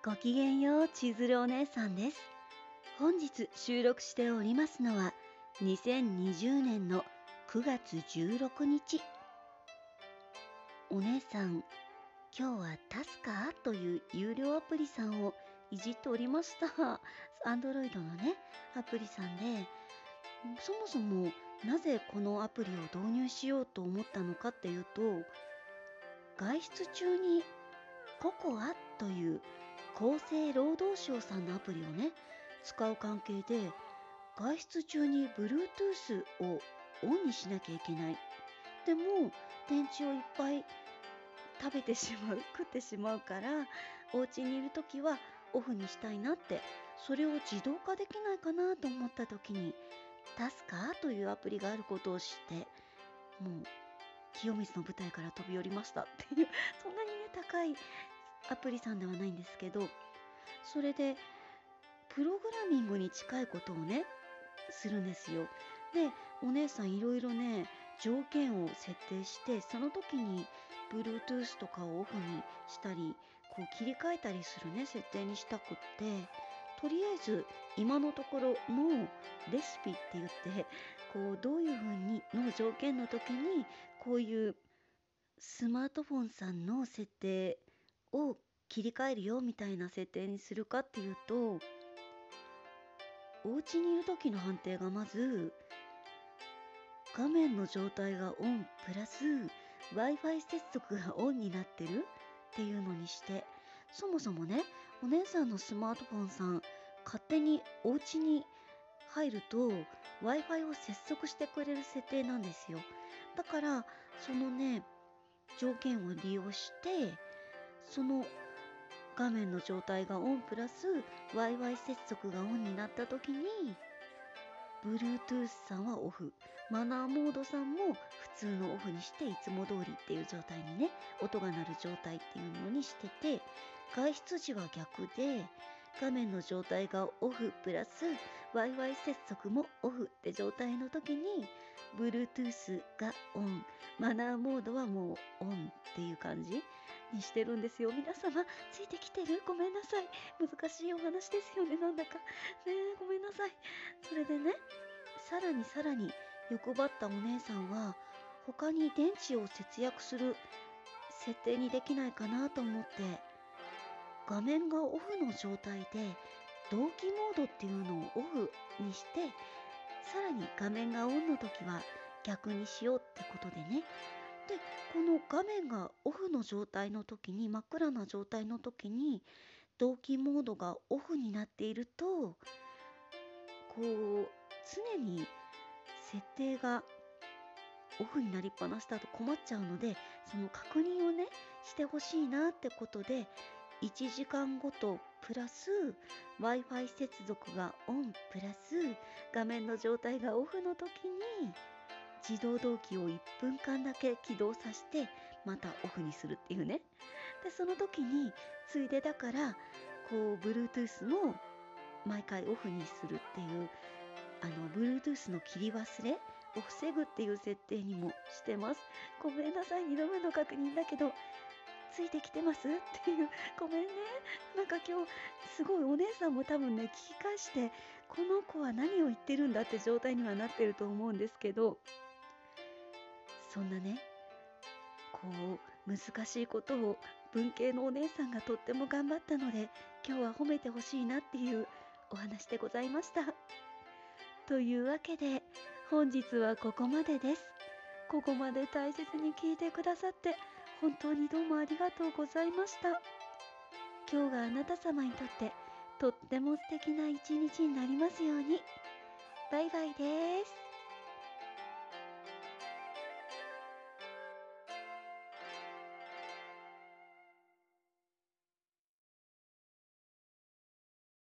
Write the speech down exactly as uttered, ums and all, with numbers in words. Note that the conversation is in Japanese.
ごきげんよう、千鶴お姉さんです。本日収録しておりますのはにせんにじゅうねんのくがつじゅうろくにち。お姉さん、今日はタスカーという有料アプリさんをいじっておりました。アンドロイドのね、アプリさんで、そもそもなぜこのアプリを導入しようと思ったのかっていうと、外出中にココアという厚生労働省さんのアプリをね、使う関係で、外出中に Bluetooth をオンにしなきゃいけない。でも、電池をいっぱい食べてしまう、食ってしまうから、お家にいるときはオフにしたいなって、それを自動化できないかなと思ったときに、タスカーというアプリがあることを知って、もう、清水の舞台から飛び降りましたっていう、そんなにね、高いアプリさんではないんですけど、それでプログラミングに近いことをねするんですよ。で、お姉さんいろいろね条件を設定して、その時に Bluetooth とかをオフにしたり、こう切り替えたりするね設定にしたくって、とりあえず今のところのレシピって言って、こうどういう風にの条件の時にこういうスマートフォンさんの設定を切り替えるよみたいな設定にするかっていうと、お家にいる時の判定がまず画面の状態がオンプラス Wi-Fi 接続がオンになってるっていうのにして、そもそもね、お姉さんのスマートフォンさん勝手にお家に入ると Wi-Fi を接続してくれる設定なんですよ。だからそのね条件を利用して、その画面の状態がオンプラス Wi-Fi 接続がオンになった時に Bluetooth さんはオフ、マナーモードさんも普通のオフにして、いつも通りっていう状態にね、音が鳴る状態っていうのにしてて、外出時は逆で画面の状態がオフプラス Wi-Fi 接続もオフって状態の時に Bluetooth がオン、マナーモードはもうオンっていう感じにしてるんですよ。皆様ついてきてる？ごめんなさい、難しいお話ですよね、なんだかね。えごめんなさい。それでね、さらにさらに欲張ったお姉さんは他に電池を節約する設定にできないかなと思って、画面がオフの状態で同期モードっていうのをオフにして、さらに画面がオンの時は逆にしようってことでね。で、この画面がオフの状態の時に、真っ暗な状態の時に同期モードがオフになっていると、こう常に設定がオフになりっぱなしだと困っちゃうので、その確認をねしてほしいなってことで、いちじかんごとプラス Wi-Fi 接続がオンプラス画面の状態がオフの時に自動同期をいっぷんかんだけ起動させて、またオフにするっていうね。で、その時についでだからこう Bluetooth も毎回オフにするっていう、あの Bluetooth の切り忘れを防ぐっていう設定にもしてます。ごめんなさい、にどめの確認だけどついてきてますっていう、ごめんね。なんか今日すごいお姉さんも多分ね聞き返して、この子は何を言ってるんだって状態にはなってると思うんですけど、そんなねこう難しいことを文系のお姉さんがとっても頑張ったので、今日は褒めてほしいなっていうお話でございました。というわけで本日はここまでです。ここまで大切に聞いてくださって本当にどうもありがとうございました。今日があなた様にとってとっても素敵な一日になりますように。バイバイです。